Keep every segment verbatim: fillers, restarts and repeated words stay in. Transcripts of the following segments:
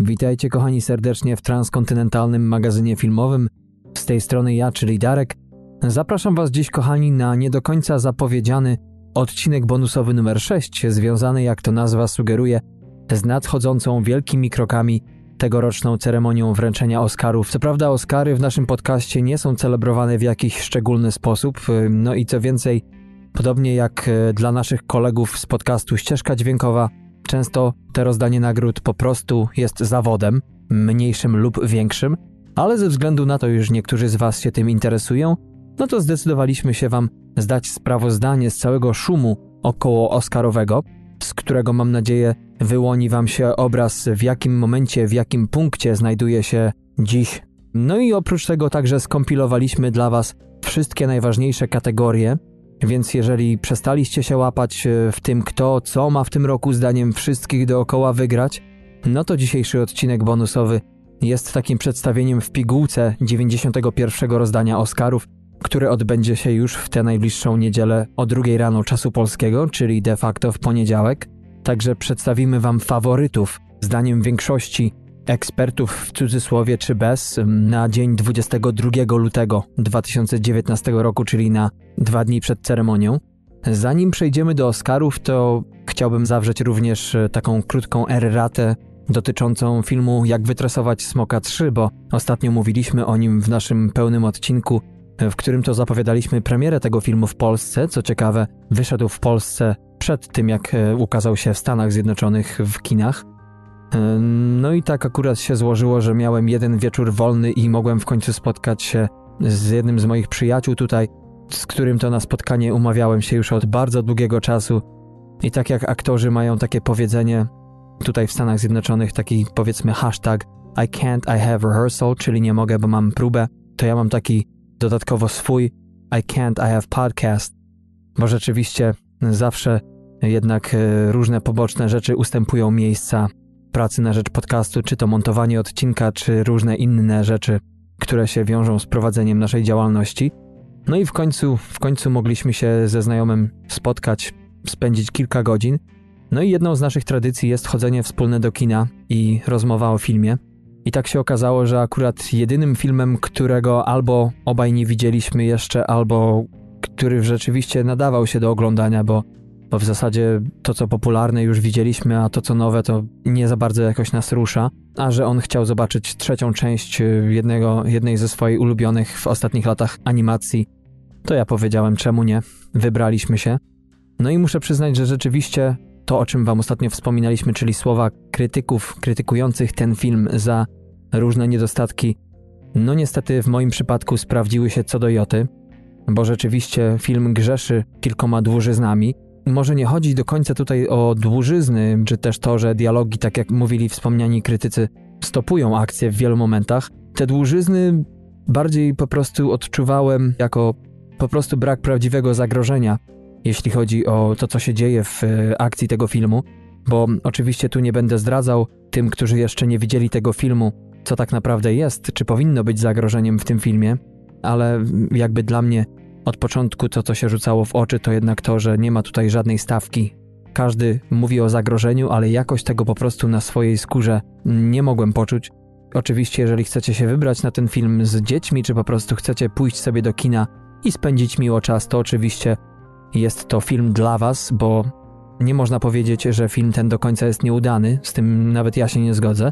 Witajcie kochani serdecznie w transkontynentalnym magazynie filmowym. Z tej strony ja, czyli Darek. Zapraszam was dziś kochani na nie do końca zapowiedziany odcinek bonusowy numer sześć, związany, jak to nazwa sugeruje, z nadchodzącą wielkimi krokami tegoroczną ceremonią wręczenia Oscarów. Co prawda Oscary w naszym podcaście nie są celebrowane w jakiś szczególny sposób, no i co więcej, podobnie jak dla naszych kolegów z podcastu Ścieżka Dźwiękowa, często to rozdanie nagród po prostu jest zawodem, mniejszym lub większym, ale ze względu na to, iż niektórzy z was się tym interesują, no to zdecydowaliśmy się wam zdać sprawozdanie z całego szumu około Oscarowego, z którego mam nadzieję wyłoni wam się obraz, w jakim momencie, w jakim punkcie znajduje się dziś. No i oprócz tego także skompilowaliśmy dla was wszystkie najważniejsze kategorie, więc jeżeli przestaliście się łapać w tym, kto co ma w tym roku zdaniem wszystkich dookoła wygrać, no to dzisiejszy odcinek bonusowy jest takim przedstawieniem w pigułce dziewięćdziesiątego pierwszego rozdania Oscarów, które odbędzie się już w tę najbliższą niedzielę o drugiej rano czasu polskiego, czyli de facto w poniedziałek. Także przedstawimy wam faworytów, zdaniem większości ekspertów w cudzysłowie czy bez, na dzień dwudziestego drugiego lutego dwa tysiące dziewiętnastego roku, czyli na dwa dni przed ceremonią. Zanim przejdziemy do Oscarów, to chciałbym zawrzeć również taką krótką erratę dotyczącą filmu Jak wytresować smoka trzy, bo ostatnio mówiliśmy o nim w naszym pełnym odcinku, w którym to zapowiadaliśmy premierę tego filmu w Polsce. Co ciekawe, wyszedł w Polsce przed tym, jak ukazał się w Stanach Zjednoczonych w kinach. No i tak akurat się złożyło, że miałem jeden wieczór wolny i mogłem w końcu spotkać się z jednym z moich przyjaciół tutaj, z którym to na spotkanie umawiałem się już od bardzo długiego czasu. I tak jak aktorzy mają takie powiedzenie tutaj w Stanach Zjednoczonych, taki powiedzmy hashtag I can't, I have rehearsal, czyli nie mogę, bo mam próbę, to ja mam taki dodatkowo swój I can't, I have podcast, bo rzeczywiście zawsze jednak różne poboczne rzeczy ustępują miejsca pracy na rzecz podcastu, czy to montowanie odcinka, czy różne inne rzeczy, które się wiążą z prowadzeniem naszej działalności. No i w końcu, w końcu mogliśmy się ze znajomym spotkać, spędzić kilka godzin. No i jedną z naszych tradycji jest chodzenie wspólne do kina i rozmowa o filmie. I tak się okazało, że akurat jedynym filmem, którego albo obaj nie widzieliśmy jeszcze, albo który rzeczywiście nadawał się do oglądania, bo bo w zasadzie to, co popularne już widzieliśmy, a to, co nowe, to nie za bardzo jakoś nas rusza, a że on chciał zobaczyć trzecią część jednego, jednej ze swoich ulubionych w ostatnich latach animacji, to ja powiedziałem, czemu nie, wybraliśmy się. No i muszę przyznać, że rzeczywiście to, o czym wam ostatnio wspominaliśmy, czyli słowa krytyków krytykujących ten film za różne niedostatki, no niestety w moim przypadku sprawdziły się co do joty, bo rzeczywiście film grzeszy kilkoma dłużyznami. Może nie chodzi do końca tutaj o dłużyzny, czy też to, że dialogi, tak jak mówili wspomniani krytycy, stopują akcję w wielu momentach. Te dłużyzny bardziej po prostu odczuwałem jako po prostu brak prawdziwego zagrożenia, jeśli chodzi o to, co się dzieje w akcji tego filmu, bo oczywiście tu nie będę zdradzał tym, którzy jeszcze nie widzieli tego filmu, co tak naprawdę jest, czy powinno być zagrożeniem w tym filmie, ale jakby dla mnie od początku to, co się rzucało w oczy, to jednak to, że nie ma tutaj żadnej stawki. Każdy mówi o zagrożeniu, ale jakoś tego po prostu na swojej skórze nie mogłem poczuć. Oczywiście, jeżeli chcecie się wybrać na ten film z dziećmi, czy po prostu chcecie pójść sobie do kina i spędzić miło czas, to oczywiście jest to film dla was, bo nie można powiedzieć, że film ten do końca jest nieudany, z tym nawet ja się nie zgodzę,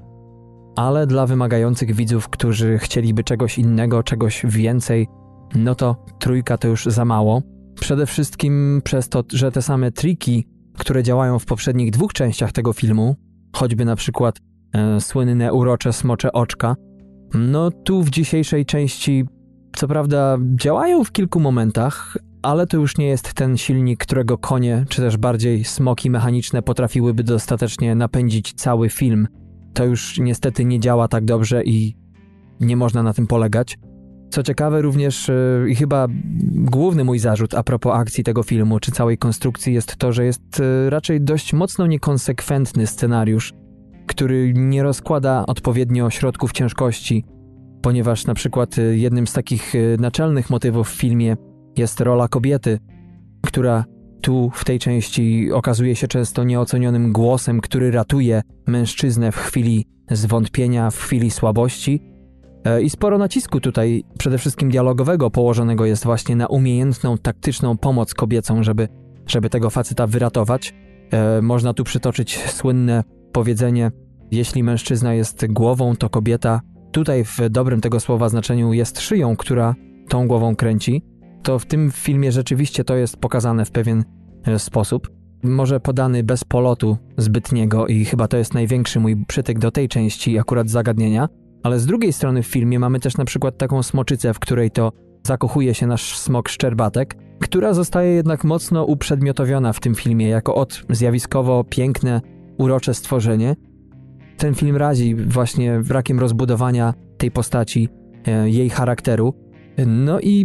ale dla wymagających widzów, którzy chcieliby czegoś innego, czegoś więcej, no to trójka to już za mało. Przede wszystkim przez to, że te same triki, które działają w poprzednich dwóch częściach tego filmu, choćby na przykład e, słynne urocze smocze oczka, no tu w dzisiejszej części co prawda działają w kilku momentach, ale to już nie jest ten silnik, którego konie, czy też bardziej smoki mechaniczne potrafiłyby dostatecznie napędzić cały film. To już niestety nie działa tak dobrze i nie można na tym polegać. Co ciekawe również i yy, chyba główny mój zarzut a propos akcji tego filmu, czy całej konstrukcji jest to, że jest yy, raczej dość mocno niekonsekwentny scenariusz, który nie rozkłada odpowiednio środków ciężkości, ponieważ na przykład yy, jednym z takich yy, naczelnych motywów w filmie jest rola kobiety, która tu w tej części okazuje się często nieocenionym głosem, który ratuje mężczyznę w chwili zwątpienia, w chwili słabości. I sporo nacisku tutaj, przede wszystkim dialogowego, położonego jest właśnie na umiejętną, taktyczną pomoc kobiecą, żeby, żeby tego faceta wyratować. E, można tu przytoczyć słynne powiedzenie: jeśli mężczyzna jest głową, to kobieta, tutaj w dobrym tego słowa znaczeniu, jest szyją, która tą głową kręci. To w tym filmie rzeczywiście to jest pokazane w pewien sposób. Może podany bez polotu zbytniego i chyba to jest największy mój przytyk do tej części akurat zagadnienia. Ale z drugiej strony w filmie mamy też na przykład taką smoczycę, w której to zakochuje się nasz smok Szczerbatek, która zostaje jednak mocno uprzedmiotowiona w tym filmie jako od zjawiskowo piękne, urocze stworzenie. Ten film razi właśnie brakiem rozbudowania tej postaci, jej charakteru. No i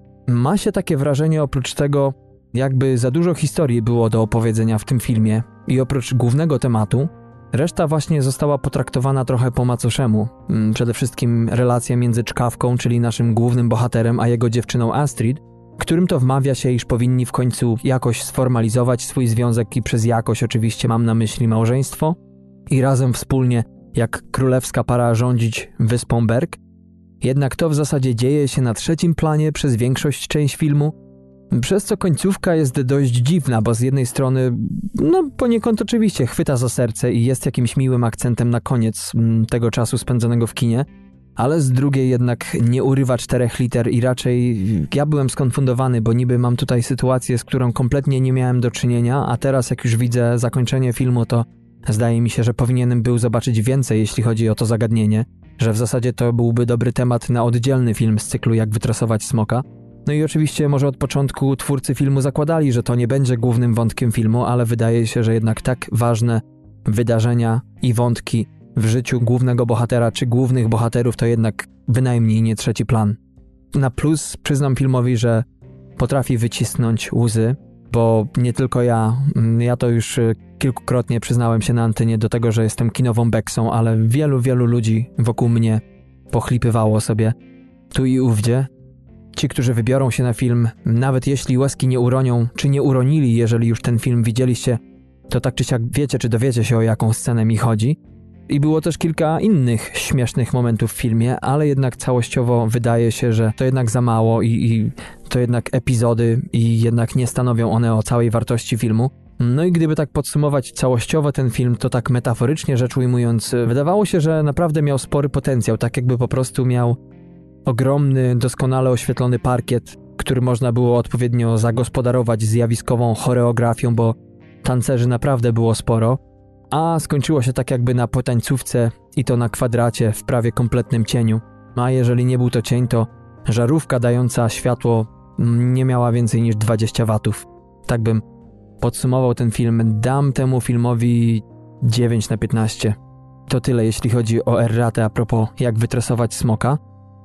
ma się takie wrażenie, oprócz tego, jakby za dużo historii było do opowiedzenia w tym filmie i oprócz głównego tematu, reszta właśnie została potraktowana trochę po macoszemu. Przede wszystkim relacja między Czkawką, czyli naszym głównym bohaterem, a jego dziewczyną Astrid, którym to wmawia się, iż powinni w końcu jakoś sformalizować swój związek i przez jakoś oczywiście mam na myśli małżeństwo i razem wspólnie, jak królewska para, rządzić wyspą Berk. Jednak to w zasadzie dzieje się na trzecim planie przez większość część filmu, przez co końcówka jest dość dziwna, bo z jednej strony, no poniekąd oczywiście chwyta za serce i jest jakimś miłym akcentem na koniec tego czasu spędzonego w kinie, ale z drugiej jednak nie urywa czterech liter i raczej ja byłem skonfundowany, bo niby mam tutaj sytuację, z którą kompletnie nie miałem do czynienia, a teraz jak już widzę zakończenie filmu, to zdaje mi się, że powinienem był zobaczyć więcej, jeśli chodzi o to zagadnienie, że w zasadzie to byłby dobry temat na oddzielny film z cyklu Jak wytresować smoka. No i oczywiście może od początku twórcy filmu zakładali, że to nie będzie głównym wątkiem filmu, ale wydaje się, że jednak tak ważne wydarzenia i wątki w życiu głównego bohatera czy głównych bohaterów to jednak bynajmniej nie trzeci plan. Na plus przyznam filmowi, że potrafi wycisnąć łzy, bo nie tylko ja, ja to już kilkukrotnie przyznałem się na antenie do tego, że jestem kinową beksą, ale wielu, wielu ludzi wokół mnie pochlipywało sobie tu i ówdzie. Ci, którzy wybiorą się na film, nawet jeśli łezki nie uronią, czy nie uronili, jeżeli już ten film widzieliście, to tak czy siak wiecie, czy dowiecie się, o jaką scenę mi chodzi. I było też kilka innych śmiesznych momentów w filmie, ale jednak całościowo wydaje się, że to jednak za mało i, i to jednak epizody i jednak nie stanowią one o całej wartości filmu. No i gdyby tak podsumować całościowo ten film, to tak metaforycznie rzecz ujmując, wydawało się, że naprawdę miał spory potencjał, tak jakby po prostu miał ogromny, doskonale oświetlony parkiet, który można było odpowiednio zagospodarować zjawiskową choreografią, bo tancerzy naprawdę było sporo, a skończyło się tak jakby na potańcówce i to na kwadracie w prawie kompletnym cieniu. A jeżeli nie był to cień, to żarówka dająca światło nie miała więcej niż dwadzieścia watów. Tak bym podsumował ten film. Dam temu filmowi dziewięć na piętnaście. To tyle, jeśli chodzi o erratę a propos Jak wytresować smoka.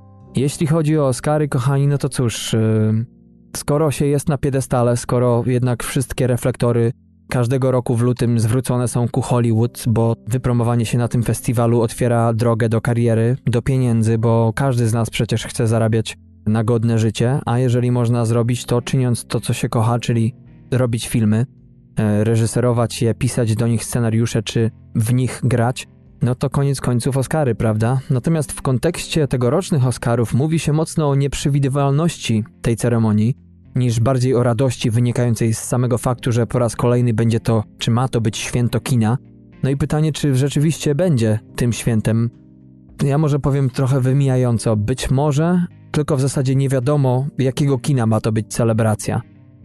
Jeśli chodzi o Oscary, kochani, no to cóż, yy, skoro się jest na piedestale, skoro jednak wszystkie reflektory każdego roku w lutym zwrócone są ku Hollywood, bo wypromowanie się na tym festiwalu otwiera drogę do kariery, do pieniędzy, bo każdy z nas przecież chce zarabiać na godne życie, a jeżeli można zrobić to czyniąc to, co się kocha, czyli robić filmy, yy, reżyserować je, pisać do nich scenariusze, czy w nich grać, no to koniec końców Oscary, prawda? Natomiast w kontekście tegorocznych Oscarów mówi się mocno o nieprzewidywalności tej ceremonii, niż bardziej o radości wynikającej z samego faktu, że po raz kolejny będzie to, czy ma to być święto kina. No i pytanie, czy rzeczywiście będzie tym świętem. Ja może powiem trochę wymijająco, być może, tylko w zasadzie nie wiadomo, jakiego kina ma to być celebracja.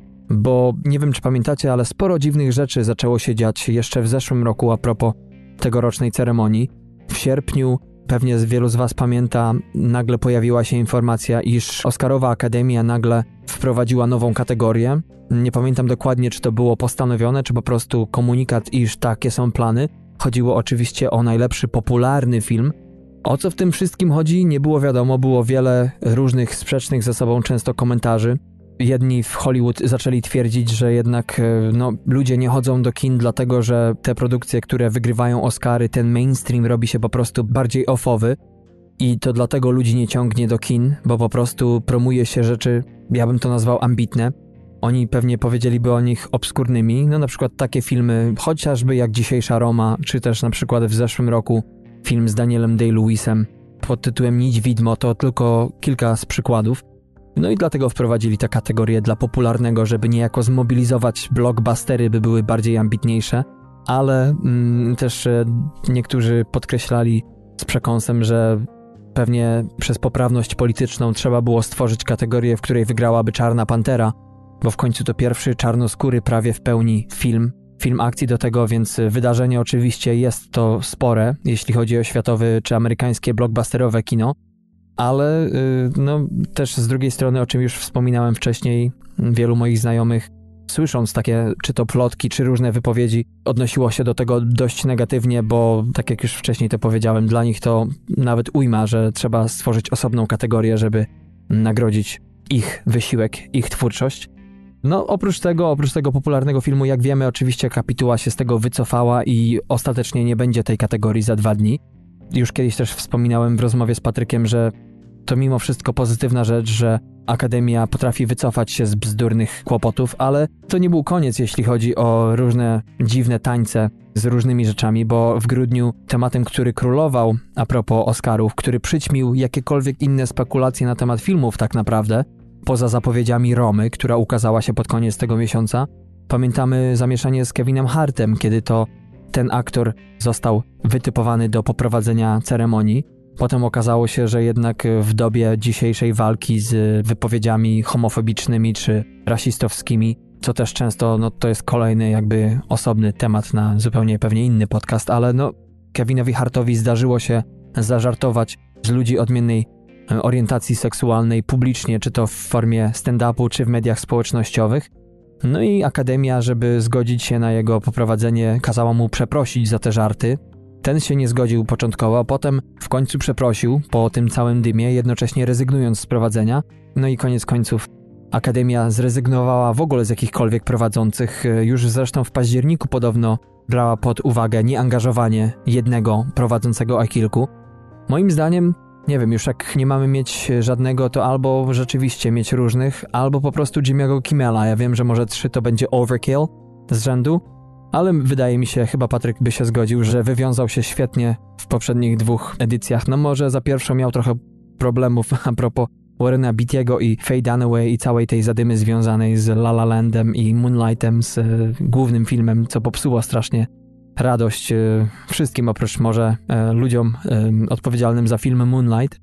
Bo nie wiem, czy pamiętacie, ale sporo dziwnych rzeczy zaczęło się dziać jeszcze w zeszłym roku a propos tegorocznej ceremonii. W sierpniu, pewnie wielu z was pamięta, nagle pojawiła się informacja, iż Oscarowa Akademia nagle wprowadziła nową kategorię. Nie pamiętam dokładnie, czy to było postanowione, czy po prostu komunikat, iż takie są plany. Chodziło oczywiście o najlepszy popularny film. O co w tym wszystkim chodzi, nie było wiadomo, było wiele różnych sprzecznych ze sobą często komentarzy. Jedni w Hollywood zaczęli twierdzić, że jednak no, ludzie nie chodzą do kin, dlatego że te produkcje, które wygrywają Oscary, ten mainstream robi się po prostu bardziej offowy i to dlatego ludzi nie ciągnie do kin, bo po prostu promuje się rzeczy, ja bym to nazwał ambitne. oni pewnie powiedzieliby o nich obskurnymi, no na przykład takie filmy, chociażby jak Dzisiejsza Roma, czy też na przykład w zeszłym roku film z Danielem Day-Lewisem pod tytułem Nić Widmo, to tylko kilka z przykładów. No i dlatego wprowadzili tę kategorię dla popularnego, żeby niejako zmobilizować blockbustery, by były bardziej ambitniejsze, ale mm, też e, niektórzy podkreślali z przekąsem, że pewnie przez poprawność polityczną trzeba było stworzyć kategorię, w której wygrałaby Czarna Pantera, bo w końcu to pierwszy czarnoskóry prawie w pełni film, film akcji do tego, więc wydarzenie oczywiście jest to spore, jeśli chodzi o światowe czy amerykańskie blockbusterowe kino, ale yy, no też z drugiej strony, o czym już wspominałem wcześniej, wielu moich znajomych, słysząc takie czy to plotki, czy różne wypowiedzi, odnosiło się do tego dość negatywnie, bo tak jak już wcześniej to powiedziałem, dla nich to nawet ujma, że trzeba stworzyć osobną kategorię, żeby nagrodzić ich wysiłek, ich twórczość. No oprócz tego, oprócz tego popularnego filmu, jak wiemy, oczywiście Kapituła się z tego wycofała i ostatecznie nie będzie tej kategorii za dwa dni. Już kiedyś też wspominałem w rozmowie z Patrykiem, że to mimo wszystko pozytywna rzecz, że Akademia potrafi wycofać się z bzdurnych kłopotów, ale to nie był koniec, jeśli chodzi o różne dziwne tańce z różnymi rzeczami, bo w grudniu tematem, który królował, a propos Oscarów, który przyćmił jakiekolwiek inne spekulacje na temat filmów tak naprawdę, poza zapowiedziami Romy, która ukazała się pod koniec tego miesiąca, pamiętamy zamieszanie z Kevinem Hartem, kiedy to ten aktor został wytypowany do poprowadzenia ceremonii. Potem okazało się, że jednak w dobie dzisiejszej walki z wypowiedziami homofobicznymi czy rasistowskimi, co też często, no to jest kolejny jakby osobny temat na zupełnie pewnie inny podcast, ale no Kevinowi Hartowi zdarzyło się zażartować z ludzi odmiennej orientacji seksualnej publicznie, czy to w formie stand-upu, czy w mediach społecznościowych. No i Akademia, żeby zgodzić się na jego poprowadzenie, kazała mu przeprosić za te żarty. Ten się nie zgodził początkowo, a potem w końcu przeprosił po tym całym dymie, jednocześnie rezygnując z prowadzenia. No i koniec końców Akademia zrezygnowała w ogóle z jakichkolwiek prowadzących. Już zresztą w październiku podobno brała pod uwagę nieangażowanie jednego prowadzącego, a kilku. Moim zdaniem, nie wiem, już jak nie mamy mieć żadnego, to albo rzeczywiście mieć różnych, albo po prostu Jimmy'ego Kimmela. Ja wiem, że może trzy to będzie overkill z rzędu, ale wydaje mi się, chyba Patryk by się zgodził, że wywiązał się świetnie w poprzednich dwóch edycjach. No może za pierwszą miał trochę problemów a propos Warrena Beatty'ego i Faye Dunaway i całej tej zadymy związanej z La La Landem i Moonlightem, z y, głównym filmem, co popsuło strasznie radość y, wszystkim, oprócz może y, ludziom y, odpowiedzialnym za film Moonlight.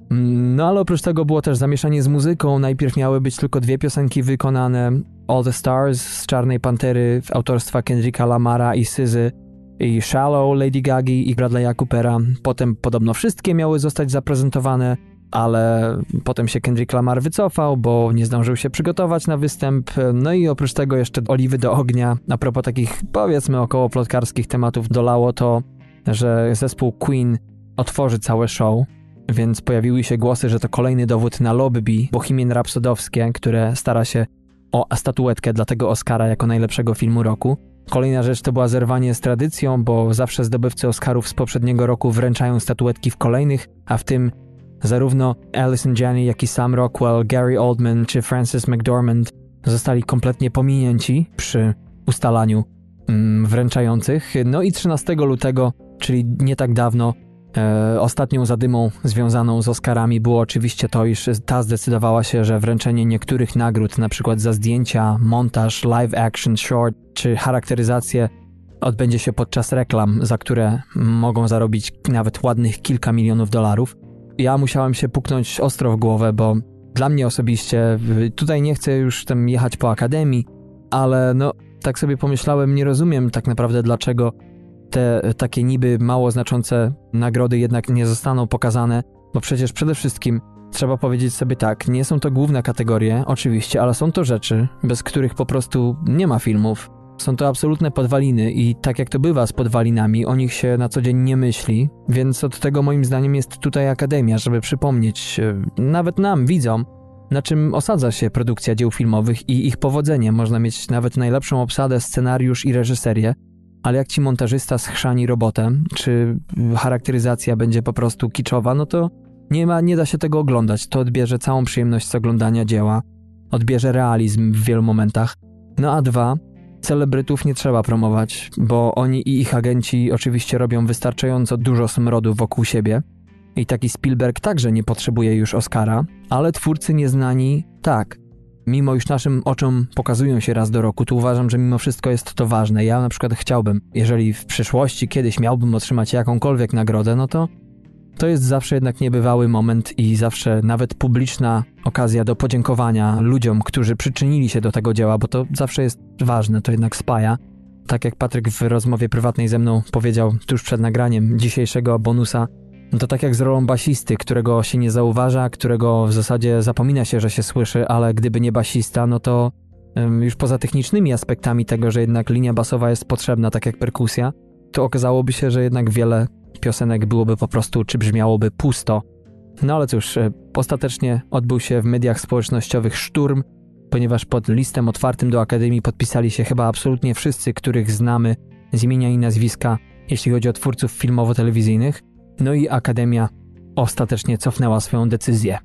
No ale oprócz tego było też zamieszanie z muzyką. Najpierw miały być tylko dwie piosenki wykonane. All the Stars z Czarnej Pantery w autorstwa Kendricka Lamara i Syzy i Shallow Lady Gagi i Bradley'a Coopera. Potem podobno wszystkie miały zostać zaprezentowane, ale potem się Kendrick Lamar wycofał, bo nie zdążył się przygotować na występ. No i oprócz tego jeszcze oliwy do ognia. A propos takich, powiedzmy, około plotkarskich tematów dolało to, że zespół Queen otworzy całe show, więc pojawiły się głosy, że to kolejny dowód na lobby Bohemian Rhapsodowskie, które stara się o statuetkę dla tego Oscara jako najlepszego filmu roku. Kolejna rzecz to była zerwanie z tradycją, bo zawsze zdobywcy Oscarów z poprzedniego roku wręczają statuetki w kolejnych, a w tym zarówno Allison Janney, jak i Sam Rockwell, Gary Oldman czy Frances McDormand zostali kompletnie pominięci przy ustalaniu mm, wręczających. No i trzynastego lutego, czyli nie tak dawno, E, ostatnią zadymą związaną z Oscarami było oczywiście to, iż ta zdecydowała się, że wręczenie niektórych nagród, na przykład za zdjęcia, montaż, live action, short czy charakteryzację, odbędzie się podczas reklam, za które mogą zarobić nawet ładnych kilka milionów dolarów. Ja musiałem się puknąć ostro w głowę, bo dla mnie osobiście, tutaj nie chcę już tam jechać po Akademii, ale no tak sobie pomyślałem, nie rozumiem tak naprawdę dlaczego te takie niby mało znaczące nagrody jednak nie zostaną pokazane, bo przecież przede wszystkim trzeba powiedzieć sobie tak, nie są to główne kategorie, oczywiście, ale są to rzeczy, bez których po prostu nie ma filmów. Są to absolutne podwaliny i tak jak to bywa z podwalinami, o nich się na co dzień nie myśli, więc od tego moim zdaniem jest tutaj Akademia, żeby przypomnieć nawet nam, widzom, na czym osadza się produkcja dzieł filmowych i ich powodzenie. Można mieć nawet najlepszą obsadę, scenariusz i reżyserię, ale jak ci montażysta schrzani robotę, czy charakteryzacja będzie po prostu kiczowa, no to nie ma, nie da się tego oglądać. To odbierze całą przyjemność z oglądania dzieła. odbierze realizm w wielu momentach. No a dwa, celebrytów nie trzeba promować, bo oni i ich agenci oczywiście robią wystarczająco dużo smrodu wokół siebie. I taki Spielberg także nie potrzebuje już Oscara, ale twórcy nieznani tak. Mimo już naszym oczom pokazują się raz do roku, to uważam, że mimo wszystko jest to ważne. Ja na przykład chciałbym, jeżeli w przyszłości kiedyś miałbym otrzymać jakąkolwiek nagrodę, no to to jest zawsze jednak niebywały moment i zawsze nawet publiczna okazja do podziękowania ludziom, którzy przyczynili się do tego dzieła, bo to zawsze jest ważne, to jednak spaja. Tak jak Patryk w rozmowie prywatnej ze mną powiedział tuż przed nagraniem dzisiejszego bonusa, no to tak jak z rolą basisty, którego się nie zauważa, którego w zasadzie zapomina się, że się słyszy, ale gdyby nie basista, no to ym, już poza technicznymi aspektami tego, że jednak linia basowa jest potrzebna, tak jak perkusja, to okazałoby się, że jednak wiele piosenek byłoby po prostu, czy brzmiałoby pusto. No ale cóż, y, ostatecznie odbył się w mediach społecznościowych szturm, ponieważ pod listem otwartym do Akademii podpisali się chyba absolutnie wszyscy, których znamy z imienia i nazwiska, jeśli chodzi o twórców filmowo-telewizyjnych. No i Akademia ostatecznie cofnęła swoją decyzję.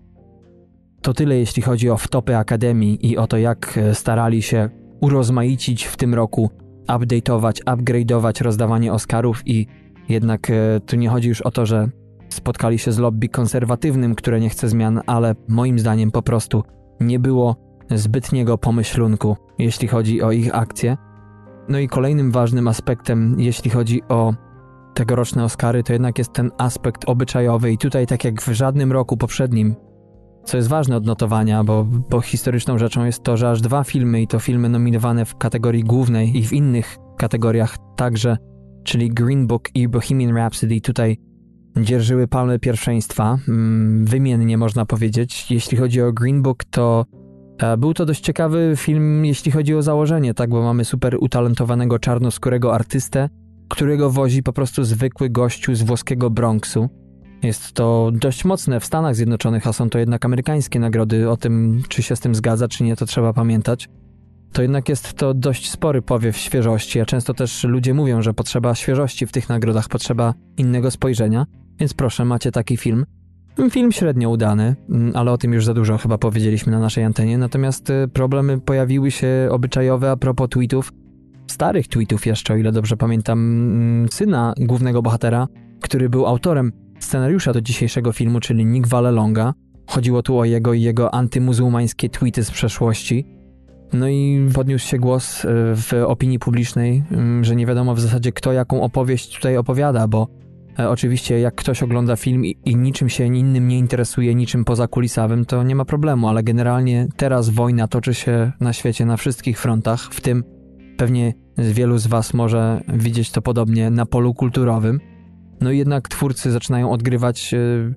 To tyle, jeśli chodzi o wtopy Akademii i o to, jak starali się urozmaicić w tym roku, update'ować, upgrade'ować rozdawanie Oscarów i jednak e, tu nie chodzi już o to, że spotkali się z lobby konserwatywnym, które nie chce zmian, ale moim zdaniem po prostu nie było zbytniego pomyślunku, jeśli chodzi o ich akcje. No i kolejnym ważnym aspektem, jeśli chodzi o tegoroczne Oscary, to jednak jest ten aspekt obyczajowy i tutaj tak jak w żadnym roku poprzednim, co jest ważne od notowania, bo, bo historyczną rzeczą jest to, że aż dwa filmy i to filmy nominowane w kategorii głównej i w innych kategoriach także, czyli Green Book i Bohemian Rhapsody tutaj dzierżyły palmę pierwszeństwa, wymiennie można powiedzieć. Jeśli chodzi o Green Book, to e, był to dość ciekawy film, jeśli chodzi o założenie, tak, bo mamy super utalentowanego czarnoskórego artystę, którego wozi po prostu zwykły gościu z włoskiego Bronxu. Jest to dość mocne w Stanach Zjednoczonych, a są to jednak amerykańskie nagrody. O tym, czy się z tym zgadza, czy nie, to trzeba pamiętać. To jednak jest to dość spory powiew świeżości, a często też ludzie mówią, że potrzeba świeżości w tych nagrodach, potrzeba innego spojrzenia, więc proszę, macie taki film. Film średnio udany, ale o tym już za dużo chyba powiedzieliśmy na naszej antenie, natomiast problemy pojawiły się obyczajowe a propos tweetów, starych tweetów jeszcze, o ile dobrze pamiętam, syna głównego bohatera, który był autorem scenariusza do dzisiejszego filmu, czyli Nick Vallelonga. Chodziło tu o jego i jego antymuzułmańskie tweety z przeszłości. No i podniósł się głos w opinii publicznej, że nie wiadomo w zasadzie kto jaką opowieść tutaj opowiada, bo oczywiście jak ktoś ogląda film i, i niczym się innym nie interesuje, niczym pozakulisowym, to nie ma problemu, ale generalnie teraz wojna toczy się na świecie na wszystkich frontach, w tym pewnie wielu z was może widzieć to podobnie na polu kulturowym. No i jednak twórcy zaczynają odgrywać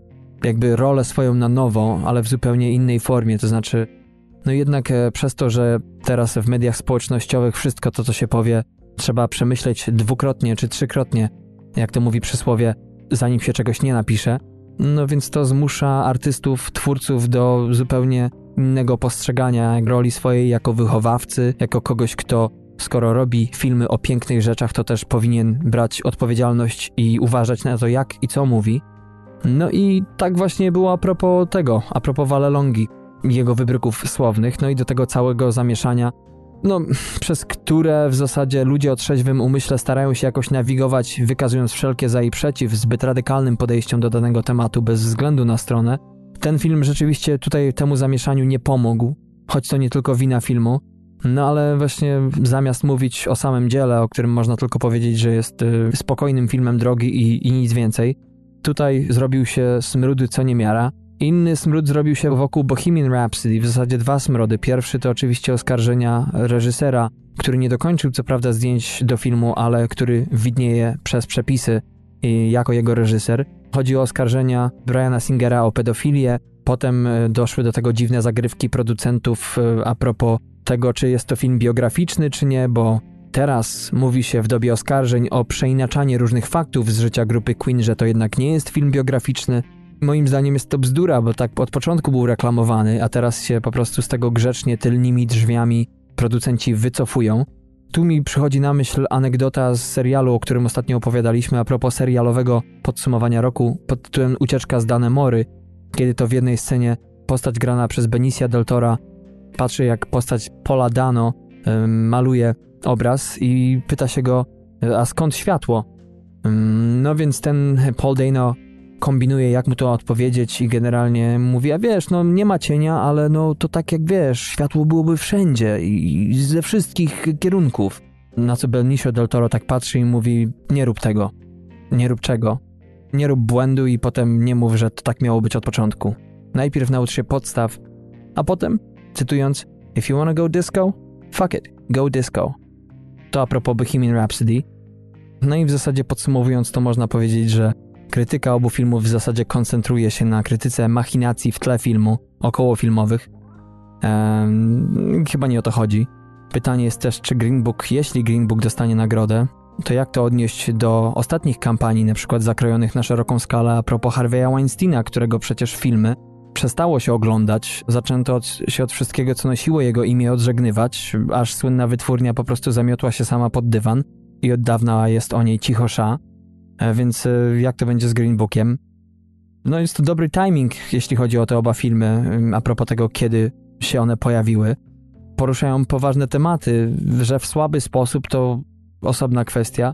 jakby rolę swoją na nowo, ale w zupełnie innej formie, to znaczy no jednak przez to, że teraz w mediach społecznościowych wszystko to, co się powie, trzeba przemyśleć dwukrotnie czy trzykrotnie, jak to mówi przysłowie, zanim się czegoś nie napisze, no więc to zmusza artystów, twórców do zupełnie innego postrzegania roli swojej jako wychowawcy, jako kogoś, kto skoro robi filmy o pięknych rzeczach, to też powinien brać odpowiedzialność i uważać na to, jak i co mówi. No i tak właśnie było a propos tego, a propos Vallelongi i jego wybryków słownych, no i do tego całego zamieszania, no przez które w zasadzie ludzie o trzeźwym umyśle starają się jakoś nawigować, wykazując wszelkie za i przeciw zbyt radykalnym podejściom do danego tematu bez względu na stronę. Ten film rzeczywiście tutaj temu zamieszaniu nie pomógł, choć to nie tylko wina filmu. No ale właśnie zamiast mówić o samym dziele, o którym można tylko powiedzieć, że jest y, spokojnym filmem drogi i, i nic więcej, tutaj zrobił się smród co niemiara. Inny smród zrobił się wokół Bohemian Rhapsody, w zasadzie dwa smrody. Pierwszy to oczywiście oskarżenia reżysera, który nie dokończył co prawda zdjęć do filmu, ale który widnieje przez przepisy i jako jego reżyser. Chodzi o oskarżenia Briana Singera o pedofilię. Potem doszły do tego dziwne zagrywki producentów a propos tego, czy jest to film biograficzny, czy nie, bo teraz mówi się w dobie oskarżeń o przeinaczanie różnych faktów z życia grupy Queen, że to jednak nie jest film biograficzny. Moim zdaniem jest to bzdura, bo tak od początku był reklamowany, a teraz się po prostu z tego grzecznie tylnymi drzwiami producenci wycofują. Tu mi przychodzi na myśl anegdota z serialu, o którym ostatnio opowiadaliśmy a propos serialowego podsumowania roku pod tytułem Ucieczka z Danemory, kiedy to w jednej scenie postać grana przez Benicia del Tora patrzy jak postać Paula Dano y, maluje obraz i pyta się go, a skąd światło? Y, no więc ten Paul Dano kombinuje, jak mu to odpowiedzieć i generalnie mówi, a wiesz, no nie ma cienia, ale no to tak jak wiesz, światło byłoby wszędzie i ze wszystkich kierunków. Na co Benicio del Toro tak patrzy i mówi, nie rób tego, nie rób czego, nie rób błędu i potem nie mów, że to tak miało być od początku. Najpierw naucz się podstaw, a potem, cytując, if you wanna go disco, fuck it, go disco. To a propos Bohemian Rhapsody. No i w zasadzie podsumowując, to można powiedzieć, że krytyka obu filmów w zasadzie koncentruje się na krytyce machinacji w tle filmu, okołofilmowych. Ehm, chyba nie o to chodzi. Pytanie jest też, czy Green Book, jeśli Green Book dostanie nagrodę, to jak to odnieść do ostatnich kampanii, na przykład zakrojonych na szeroką skalę a propos Harvey'a Weinsteina, którego przecież filmy przestało się oglądać, zaczęto od, się od wszystkiego, co nosiło jego imię, odżegnywać, aż słynna wytwórnia po prostu zamiotła się sama pod dywan i od dawna jest o niej cicho sza. Więc jak to będzie z Green Bookiem? No jest to dobry timing, jeśli chodzi o te oba filmy, a propos tego, kiedy się one pojawiły. Poruszają poważne tematy, że w słaby sposób to osobna kwestia,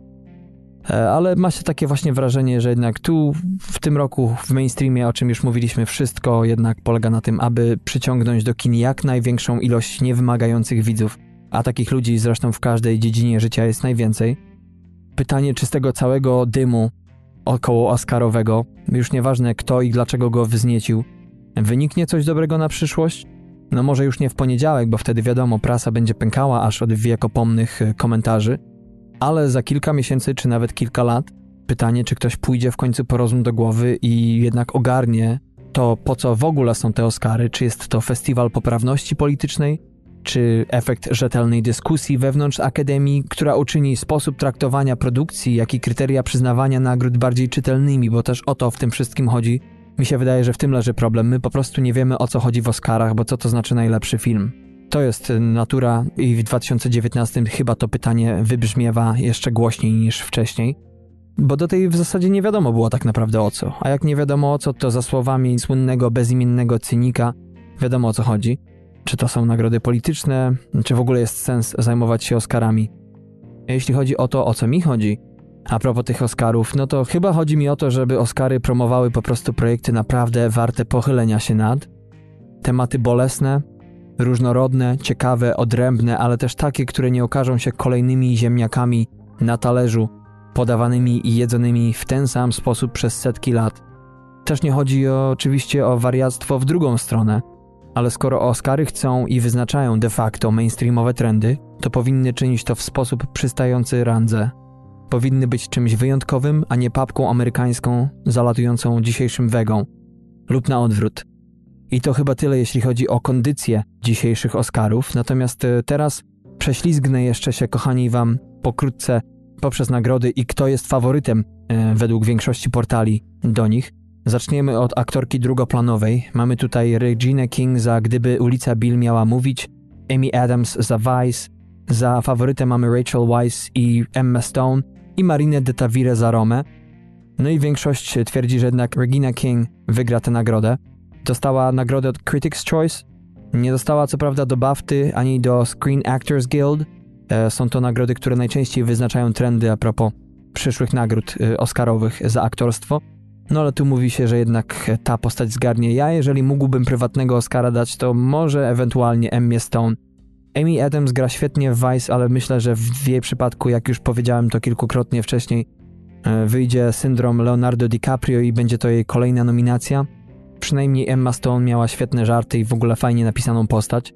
ale ma się takie właśnie wrażenie, że jednak tu w tym roku w mainstreamie, o czym już mówiliśmy, wszystko jednak polega na tym, aby przyciągnąć do kin jak największą ilość niewymagających widzów, a takich ludzi zresztą w każdej dziedzinie życia jest najwięcej. Pytanie, czy z tego całego dymu około Oscarowego, już nieważne kto i dlaczego go wzniecił, wyniknie coś dobrego na przyszłość? No może już nie w poniedziałek, bo wtedy wiadomo, prasa będzie pękała aż od wiekopomnych komentarzy, ale za kilka miesięcy czy nawet kilka lat pytanie, czy ktoś pójdzie w końcu po rozum do głowy i jednak ogarnie to, po co w ogóle są te Oscary, czy jest to festiwal poprawności politycznej, czy efekt rzetelnej dyskusji wewnątrz Akademii, która uczyni sposób traktowania produkcji, jak i kryteria przyznawania nagród bardziej czytelnymi, bo też o to w tym wszystkim chodzi. Mi się wydaje, że w tym leży problem. My po prostu nie wiemy, o co chodzi w Oscarach, bo co to znaczy najlepszy film. To jest natura i w dwa tysiące dziewiętnastym chyba to pytanie wybrzmiewa jeszcze głośniej niż wcześniej, bo do tej w zasadzie nie wiadomo było tak naprawdę o co. A jak nie wiadomo o co, to za słowami słynnego, bezimiennego cynika wiadomo o co chodzi. Czy to są nagrody polityczne, czy w ogóle jest sens zajmować się Oscarami. Jeśli chodzi o to, o co mi chodzi, a propos tych Oscarów, no to chyba chodzi mi o to, żeby Oscary promowały po prostu projekty naprawdę warte pochylenia się nad. Tematy bolesne, różnorodne, ciekawe, odrębne, ale też takie, które nie okażą się kolejnymi ziemniakami na talerzu, podawanymi i jedzonymi w ten sam sposób przez setki lat. Też nie chodzi o, oczywiście o wariactwo w drugą stronę, ale skoro Oscary chcą i wyznaczają de facto mainstreamowe trendy, to powinny czynić to w sposób przystający randze. Powinny być czymś wyjątkowym, a nie papką amerykańską zalatującą dzisiejszym wegą. Lub na odwrót. I to chyba tyle, jeśli chodzi o kondycję dzisiejszych Oscarów. Natomiast teraz prześlizgnę jeszcze się, kochani, wam pokrótce poprzez nagrody i kto jest faworytem e, według większości portali do nich. Zaczniemy od aktorki drugoplanowej. Mamy tutaj Regina King za Gdyby ulica Bill miała mówić, Amy Adams za Vice, za faworytę mamy Rachel Weisz i Emma Stone i Marinę de Tavire za Romę. No i większość twierdzi, że jednak Regina King wygra tę nagrodę. Dostała nagrodę od Critics' Choice, nie dostała co prawda do BAFTY ani do Screen Actors Guild. E, są to nagrody, które najczęściej wyznaczają trendy a propos przyszłych nagród e, oscarowych za aktorstwo. No ale tu mówi się, że jednak ta postać zgarnie. Ja, jeżeli mógłbym prywatnego Oscara dać, to może ewentualnie Emmie Stone. Amy Adams gra świetnie w Vice, ale myślę, że w jej przypadku, jak już powiedziałem to kilkukrotnie wcześniej, wyjdzie syndrom Leonardo DiCaprio i będzie to jej kolejna nominacja. Przynajmniej Emma Stone miała świetne żarty i w ogóle fajnie napisaną postać.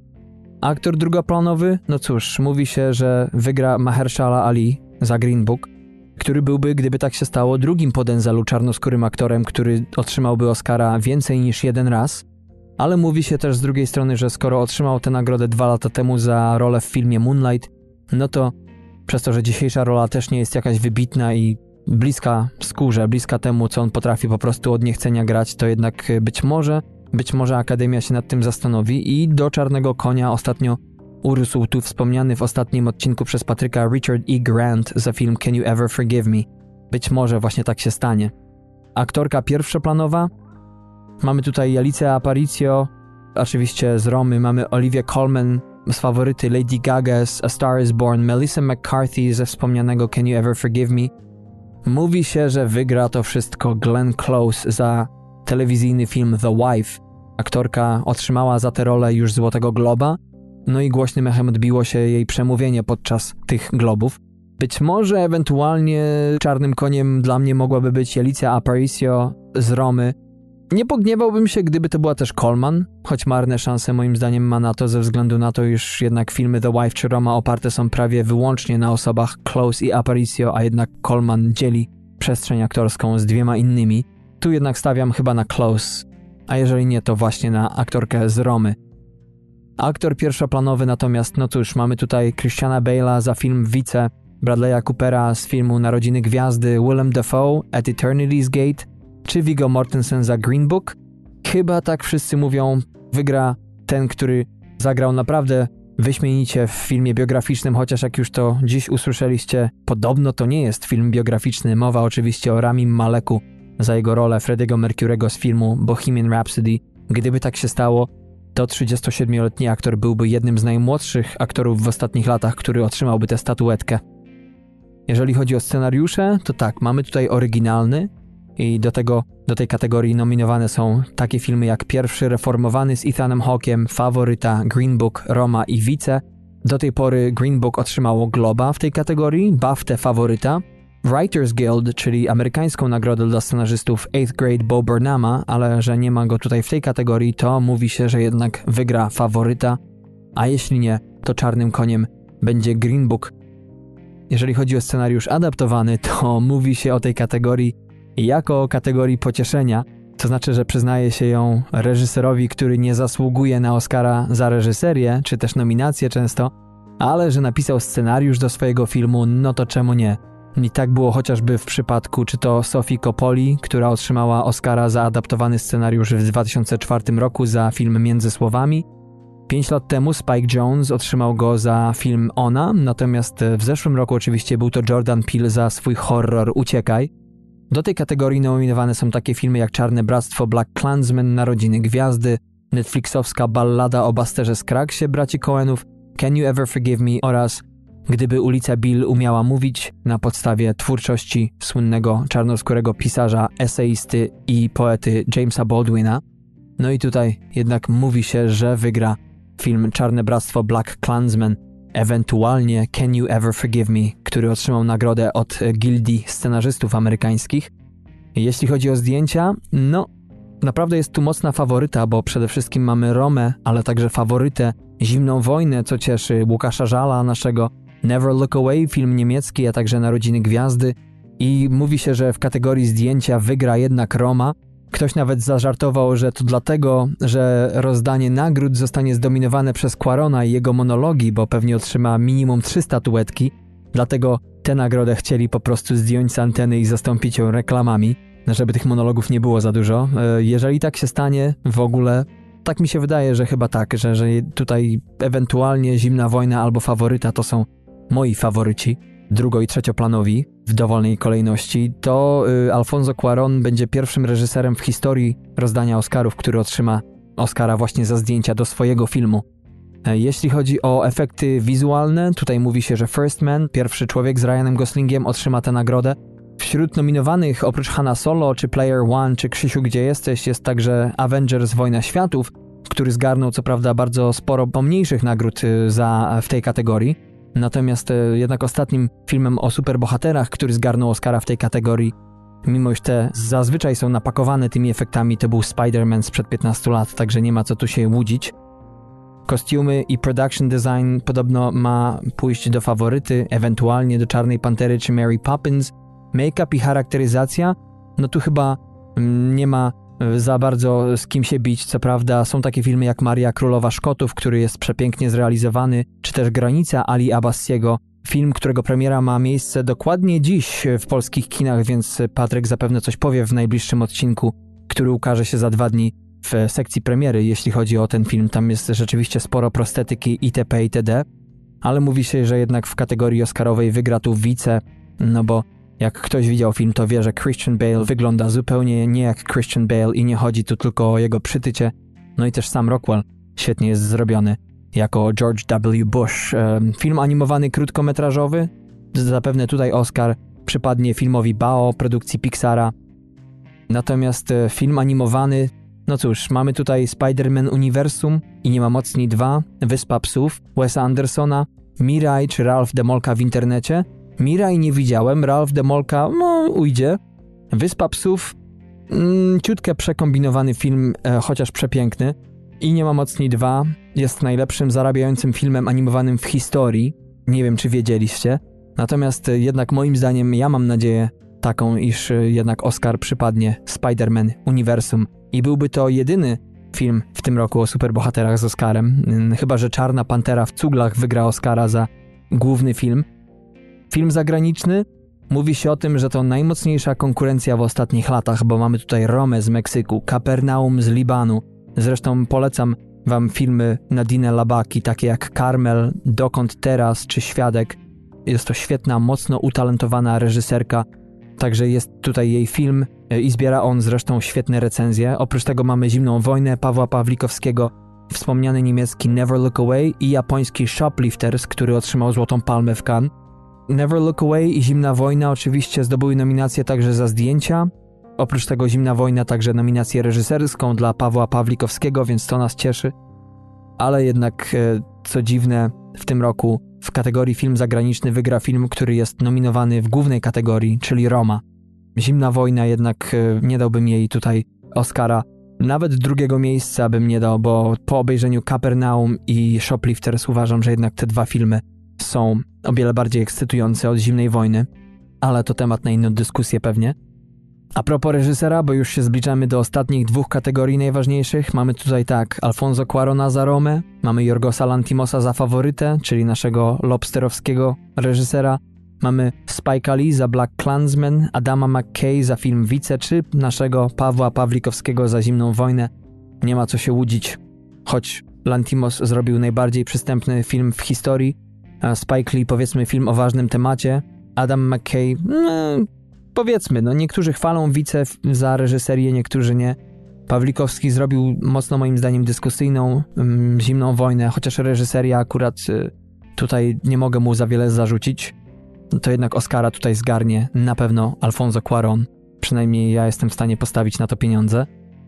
Aktor drugoplanowy? No cóż, mówi się, że wygra Mahershala Ali za Green Book, który byłby, gdyby tak się stało, drugim po Denzalu czarnoskórym aktorem, który otrzymałby Oscara więcej niż jeden raz. Ale mówi się też z drugiej strony, że skoro otrzymał tę nagrodę dwa lata temu za rolę w filmie Moonlight, no to przez to, że dzisiejsza rola też nie jest jakaś wybitna i bliska skórze, bliska temu, co on potrafi po prostu od niechcenia grać, to jednak być może, być może Akademia się nad tym zastanowi i do Czarnego Konia ostatnio urósł tu wspomniany w ostatnim odcinku przez Patryka Richard E. Grant za film Can You Ever Forgive Me. Być może właśnie tak się stanie. Aktorka pierwszoplanowa? Mamy tutaj Alicę Aparicio Oczywiście z Romy mamy Olivię Colman z faworyty, Lady Gaga z A Star is Born, Melissa McCarthy ze wspomnianego Can You Ever Forgive Me. Mówi się, że wygra to wszystko Glenn Close za telewizyjny film The Wife. Aktorka otrzymała za tę rolę już Złotego Globa, no i głośnym echem odbiło się jej przemówienie podczas tych globów. Być może ewentualnie czarnym koniem dla mnie mogłaby być Alicia Aparicio z Romy. Nie pogniewałbym się, gdyby to była też Colman, choć marne szanse moim zdaniem ma na to ze względu na to, iż jednak filmy The Wife czy Roma oparte są prawie wyłącznie na osobach Close i Aparicio, a jednak Colman dzieli przestrzeń aktorską z dwiema innymi. Tu jednak stawiam chyba na Close, a jeżeli nie, to właśnie na aktorkę z Romy. Aktor pierwszoplanowy natomiast, no cóż, mamy tutaj Christiana Bale'a za film Vice, Bradley'a Coopera z filmu Narodziny Gwiazdy, Willem Dafoe, At Eternity's Gate, czy Viggo Mortensen za Green Book. Chyba tak wszyscy mówią, wygra ten, który zagrał naprawdę wyśmienicie w filmie biograficznym, chociaż jak już to dziś usłyszeliście, podobno to nie jest film biograficzny. Mowa oczywiście o Ramim Maleku za jego rolę Freddie'ego Mercurego z filmu Bohemian Rhapsody. Gdyby tak się stało, to trzydziestosiedmioletni aktor byłby jednym z najmłodszych aktorów w ostatnich latach, który otrzymałby tę statuetkę. Jeżeli chodzi o scenariusze, to tak, mamy tutaj oryginalny i do tego, do tej kategorii nominowane są takie filmy jak Pierwszy Reformowany z Ethanem Hawke'em, Faworyta, Green Book, Roma i Vice. Do tej pory Green Book otrzymało Globa w tej kategorii, BAFTA Faworyta, Writers Guild, czyli amerykańską nagrodę dla scenarzystów eighth Grade Bo Burnhama, ale że nie ma go tutaj w tej kategorii, to mówi się, że jednak wygra Faworyta, a jeśli nie, to czarnym koniem będzie Green Book. Jeżeli chodzi o scenariusz adaptowany, to mówi się o tej kategorii jako o kategorii pocieszenia, to znaczy, że przyznaje się ją reżyserowi, który nie zasługuje na Oscara za reżyserię, czy też nominację często, ale że napisał scenariusz do swojego filmu, no to czemu nie? I tak było chociażby w przypadku czy to Sofii Coppoli, która otrzymała Oscara za adaptowany scenariusz w dwa tysiące czwartym roku za film Między Słowami. Pięć lat temu Spike Jonze otrzymał go za film Ona, natomiast w zeszłym roku oczywiście był to Jordan Peele za swój horror Uciekaj. Do tej kategorii nominowane są takie filmy jak Czarne Bractwo, Black Klansman, Narodziny Gwiazdy, Netflixowska ballada o Busterze Scraggsie braci Coenów, Can You Ever Forgive Me oraz Gdyby ulica Bill umiała mówić, na podstawie twórczości słynnego czarnoskórego pisarza, eseisty i poety Jamesa Baldwina. No i tutaj jednak mówi się, że wygra film Czarne Bractwo, Black Klansman, ewentualnie Can You Ever Forgive Me, który otrzymał nagrodę od Gildii Scenarzystów Amerykańskich. Jeśli chodzi o zdjęcia, no naprawdę jest tu mocna faworyta, bo przede wszystkim mamy Romę, ale także faworytę Zimną Wojnę, co cieszy Łukasza Żala, naszego Never Look Away, film niemiecki, a także Narodziny Gwiazdy. I mówi się, że w kategorii zdjęcia wygra jednak Roma. Ktoś nawet zażartował, że to dlatego, że rozdanie nagród zostanie zdominowane przez Cuarona i jego monologi, bo pewnie otrzyma minimum trzy statuetki, dlatego tę nagrodę chcieli po prostu zdjąć z anteny i zastąpić ją reklamami, żeby tych monologów nie było za dużo. Jeżeli tak się stanie, w ogóle tak mi się wydaje, że chyba tak, że, że tutaj ewentualnie Zimna Wojna albo Faworyta to są moi faworyci, drugo- i trzecioplanowi w dowolnej kolejności, to y, Alfonso Cuarón będzie pierwszym reżyserem w historii rozdania Oscarów, który otrzyma Oscara właśnie za zdjęcia do swojego filmu. E, jeśli chodzi o efekty wizualne, tutaj mówi się, że First Man, Pierwszy Człowiek z Ryanem Goslingiem otrzyma tę nagrodę. Wśród nominowanych oprócz Hanna Solo, czy Player One, czy Krzysiu, gdzie jesteś, jest także Avengers Wojna Światów, który zgarnął co prawda bardzo sporo pomniejszych nagród y, za, w tej kategorii. Natomiast e, jednak ostatnim filmem o superbohaterach, który zgarnął Oscara w tej kategorii, mimo iż te zazwyczaj są napakowane tymi efektami, to był Spider-Man sprzed piętnastu lat, także nie ma co tu się łudzić. Kostiumy i production design podobno ma pójść do faworyty, ewentualnie do Czarnej Pantery czy Mary Poppins. Make-up i charakteryzacja, no tu chyba mm, nie ma za bardzo z kim się bić. Co prawda są takie filmy jak Maria Królowa Szkotów, który jest przepięknie zrealizowany, czy też Granica Ali Abbasiego, film, którego premiera ma miejsce dokładnie dziś w polskich kinach, więc Patryk zapewne coś powie w najbliższym odcinku, który ukaże się za dwa dni w sekcji premiery, jeśli chodzi o ten film. Tam jest rzeczywiście sporo prostetyki itp. itd. Ale mówi się, że jednak w kategorii oscarowej wygra tu Vice, no bo jak ktoś widział film, to wie, że Christian Bale wygląda zupełnie nie jak Christian Bale i nie chodzi tu tylko o jego przytycie. No i też sam Rockwell świetnie jest zrobiony jako George W. Bush. Film animowany krótkometrażowy, zapewne tutaj Oscar przypadnie filmowi Bao produkcji Pixara. Natomiast film animowany, no cóż, mamy tutaj Spider-Man Uniwersum i Nie ma mocni dwa, Wyspa psów, Wesa Andersona, Mirai czy Ralph Demolka w internecie. Mirai nie widziałem, Ralph Demolka, no ujdzie. Wyspa psów, mm, ciutkę przekombinowany film, e, chociaż przepiękny. I Nie ma mocni dwa jest najlepszym zarabiającym filmem animowanym w historii. Nie wiem, czy wiedzieliście. Natomiast jednak moim zdaniem, ja mam nadzieję taką, iż jednak Oscar przypadnie Spider-Man Uniwersum. I byłby to jedyny film w tym roku o superbohaterach z Oscarem. Chyba że Czarna Pantera w cuglach wygra Oscara za główny film. Film zagraniczny. Mówi się o tym, że to najmocniejsza konkurencja w ostatnich latach, bo mamy tutaj Romę z Meksyku, Kapernaum z Libanu. Zresztą polecam wam filmy Nadine Labaki, takie jak Carmel, Dokąd teraz czy Świadek. Jest to świetna, mocno utalentowana reżyserka, także jest tutaj jej film i zbiera on zresztą świetne recenzje. Oprócz tego mamy Zimną wojnę Pawła Pawlikowskiego, wspomniany niemiecki Never Look Away i japoński Shoplifters, który otrzymał Złotą Palmę w Cannes. Never Look Away i Zimna wojna oczywiście zdobyły nominacje także za zdjęcia. Oprócz tego Zimna wojna także nominację reżyserską dla Pawła Pawlikowskiego, więc to nas cieszy. Ale jednak, co dziwne, w tym roku w kategorii film zagraniczny wygra film, który jest nominowany w głównej kategorii, czyli Roma. Zimna wojna jednak nie dałbym jej tutaj Oscara. Nawet drugiego miejsca bym nie dał, bo po obejrzeniu Kapernaum i Shoplifters uważam, że jednak te dwa filmy są o wiele bardziej ekscytujące od Zimnej wojny. Ale to temat na inną dyskusję pewnie. A propos reżysera, bo już się zbliżamy do ostatnich dwóch kategorii najważniejszych, mamy tutaj tak Alfonso Cuarona za Romę, mamy Jorgosa Lanthimosa za Faworytę, czyli naszego lobsterowskiego reżysera, mamy Spike'a Lee za Black Klansman, Adama McKay za film Wice, czy naszego Pawła Pawlikowskiego za Zimną wojnę. Nie ma co się łudzić, choć Lanthimos zrobił najbardziej przystępny film w historii, a Spike Lee powiedzmy film o ważnym temacie, Adam McKay, no, powiedzmy, no niektórzy chwalą Wice za reżyserię, niektórzy nie. Pawlikowski zrobił mocno moim zdaniem dyskusyjną um, Zimną wojnę, chociaż reżyseria akurat y, tutaj nie mogę mu za wiele zarzucić. To jednak Oscara tutaj zgarnie na pewno Alfonso Cuarón. Przynajmniej ja jestem w stanie postawić na to pieniądze.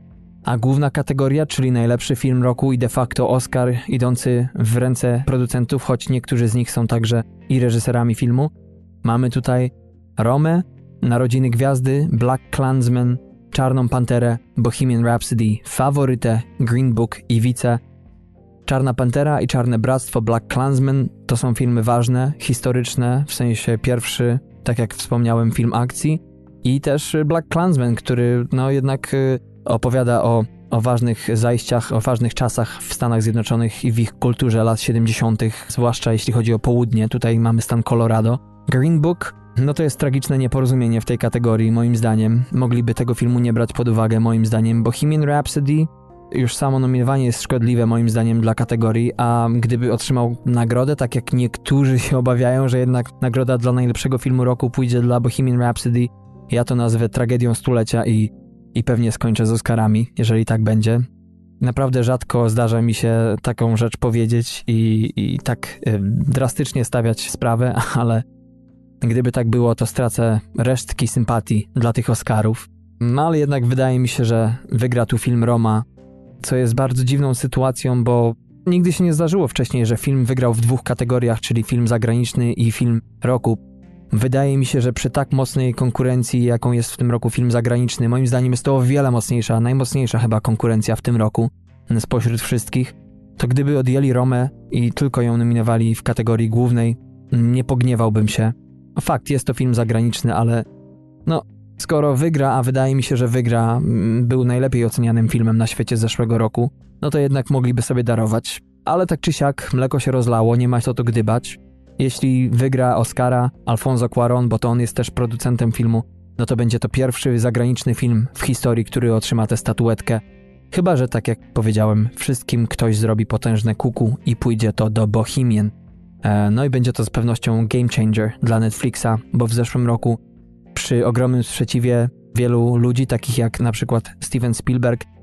A główna kategoria, czyli najlepszy film roku i de facto Oscar idący w ręce producentów, choć niektórzy z nich są także i reżyserami filmu. Mamy tutaj Romę, Narodziny Gwiazdy, Black Klansman, Czarną Panterę, Bohemian Rhapsody, Faworytę, Green Book i Wice. Czarna Pantera i Czarne Bractwo, Black Klansman to są filmy ważne, historyczne, w sensie pierwszy, tak jak wspomniałem, film akcji i też Black Klansman, który no jednak y, opowiada o, o ważnych zajściach, o ważnych czasach w Stanach Zjednoczonych i w ich kulturze lat siedemdziesiątych, zwłaszcza jeśli chodzi o południe. Tutaj mamy stan Colorado. Green Book, no to jest tragiczne nieporozumienie w tej kategorii, moim zdaniem. Mogliby tego filmu nie brać pod uwagę, moim zdaniem. Bohemian Rhapsody, już samo nominowanie jest szkodliwe, moim zdaniem, dla kategorii, a gdyby otrzymał nagrodę, tak jak niektórzy się obawiają, że jednak nagroda dla najlepszego filmu roku pójdzie dla Bohemian Rhapsody, ja to nazwę tragedią stulecia i, i pewnie skończę z Oscarami, jeżeli tak będzie. Naprawdę rzadko zdarza mi się taką rzecz powiedzieć i, i tak y, drastycznie stawiać sprawę, ale gdyby tak było, to stracę resztki sympatii dla tych Oscarów. No ale jednak wydaje mi się, że wygra tu film Roma, co jest bardzo dziwną sytuacją, bo nigdy się nie zdarzyło wcześniej, że film wygrał w dwóch kategoriach, czyli film zagraniczny i film roku. Wydaje mi się, że przy tak mocnej konkurencji, jaką jest w tym roku film zagraniczny, moim zdaniem jest to o wiele mocniejsza, najmocniejsza chyba konkurencja w tym roku spośród wszystkich, to gdyby odjęli Romę i tylko ją nominowali w kategorii głównej, nie pogniewałbym się. Fakt, jest to film zagraniczny, ale no, skoro wygra, a wydaje mi się, że wygra, był najlepiej ocenianym filmem na świecie z zeszłego roku, no to jednak mogliby sobie darować. Ale tak czy siak, mleko się rozlało, nie ma co to gdybać. Jeśli wygra Oscara Alfonso Cuarón, bo to on jest też producentem filmu, no to będzie to pierwszy zagraniczny film w historii, który otrzyma tę statuetkę. Chyba że, tak jak powiedziałem, wszystkim ktoś zrobi potężne kuku i pójdzie to do Bohemian. No i będzie to z pewnością game changer dla Netflixa, bo w zeszłym roku przy ogromnym sprzeciwie wielu ludzi, takich jak na przykład Steven Spielberg,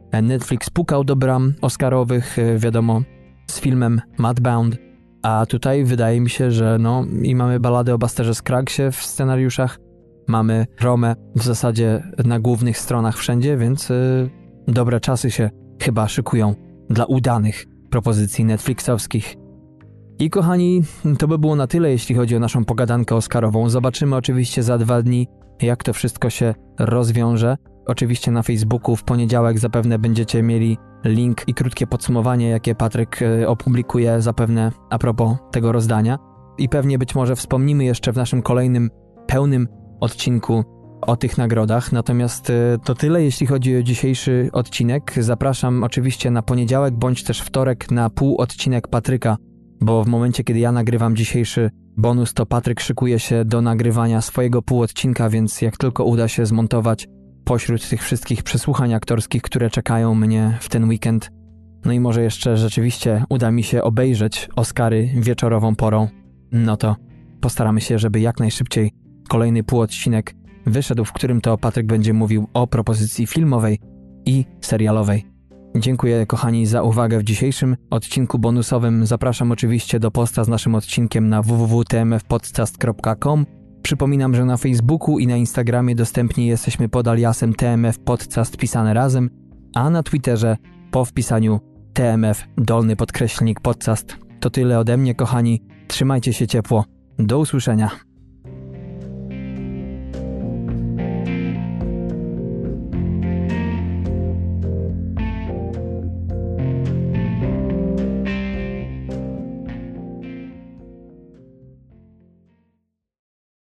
Netflix pukał do bram oscarowych, wiadomo, z filmem Mudbound, a tutaj wydaje mi się, że no i mamy Balladę o Busterze Scruggsie w scenariuszach, mamy Romę w zasadzie na głównych stronach wszędzie, więc yy, dobre czasy się chyba szykują dla udanych propozycji netflixowskich. I kochani, to by było na tyle, jeśli chodzi o naszą pogadankę oscarową. Zobaczymy oczywiście za dwa dni, jak to wszystko się rozwiąże. Oczywiście na Facebooku w poniedziałek zapewne będziecie mieli link i krótkie podsumowanie, jakie Patryk opublikuje zapewne a propos tego rozdania. I pewnie być może wspomnimy jeszcze w naszym kolejnym, pełnym odcinku o tych nagrodach. Natomiast to tyle, jeśli chodzi o dzisiejszy odcinek. Zapraszam oczywiście na poniedziałek bądź też wtorek na pół odcinek Patryka, bo w momencie, kiedy ja nagrywam dzisiejszy bonus, to Patryk szykuje się do nagrywania swojego półodcinka, więc jak tylko uda się zmontować pośród tych wszystkich przesłuchań aktorskich, które czekają mnie w ten weekend, no i może jeszcze rzeczywiście uda mi się obejrzeć Oscary wieczorową porą, no to postaramy się, żeby jak najszybciej kolejny półodcinek wyszedł, w którym to Patryk będzie mówił o propozycji filmowej i serialowej. Dziękuję kochani za uwagę w dzisiejszym odcinku bonusowym. Zapraszam oczywiście do posta z naszym odcinkiem na w w w kropka t m f podcast kropka com. Przypominam, że na Facebooku i na Instagramie dostępni jesteśmy pod aliasem T M F Podcast pisane razem, a na Twitterze po wpisaniu T M F dolny podkreślnik podcast. To tyle ode mnie kochani. Trzymajcie się ciepło. Do usłyszenia.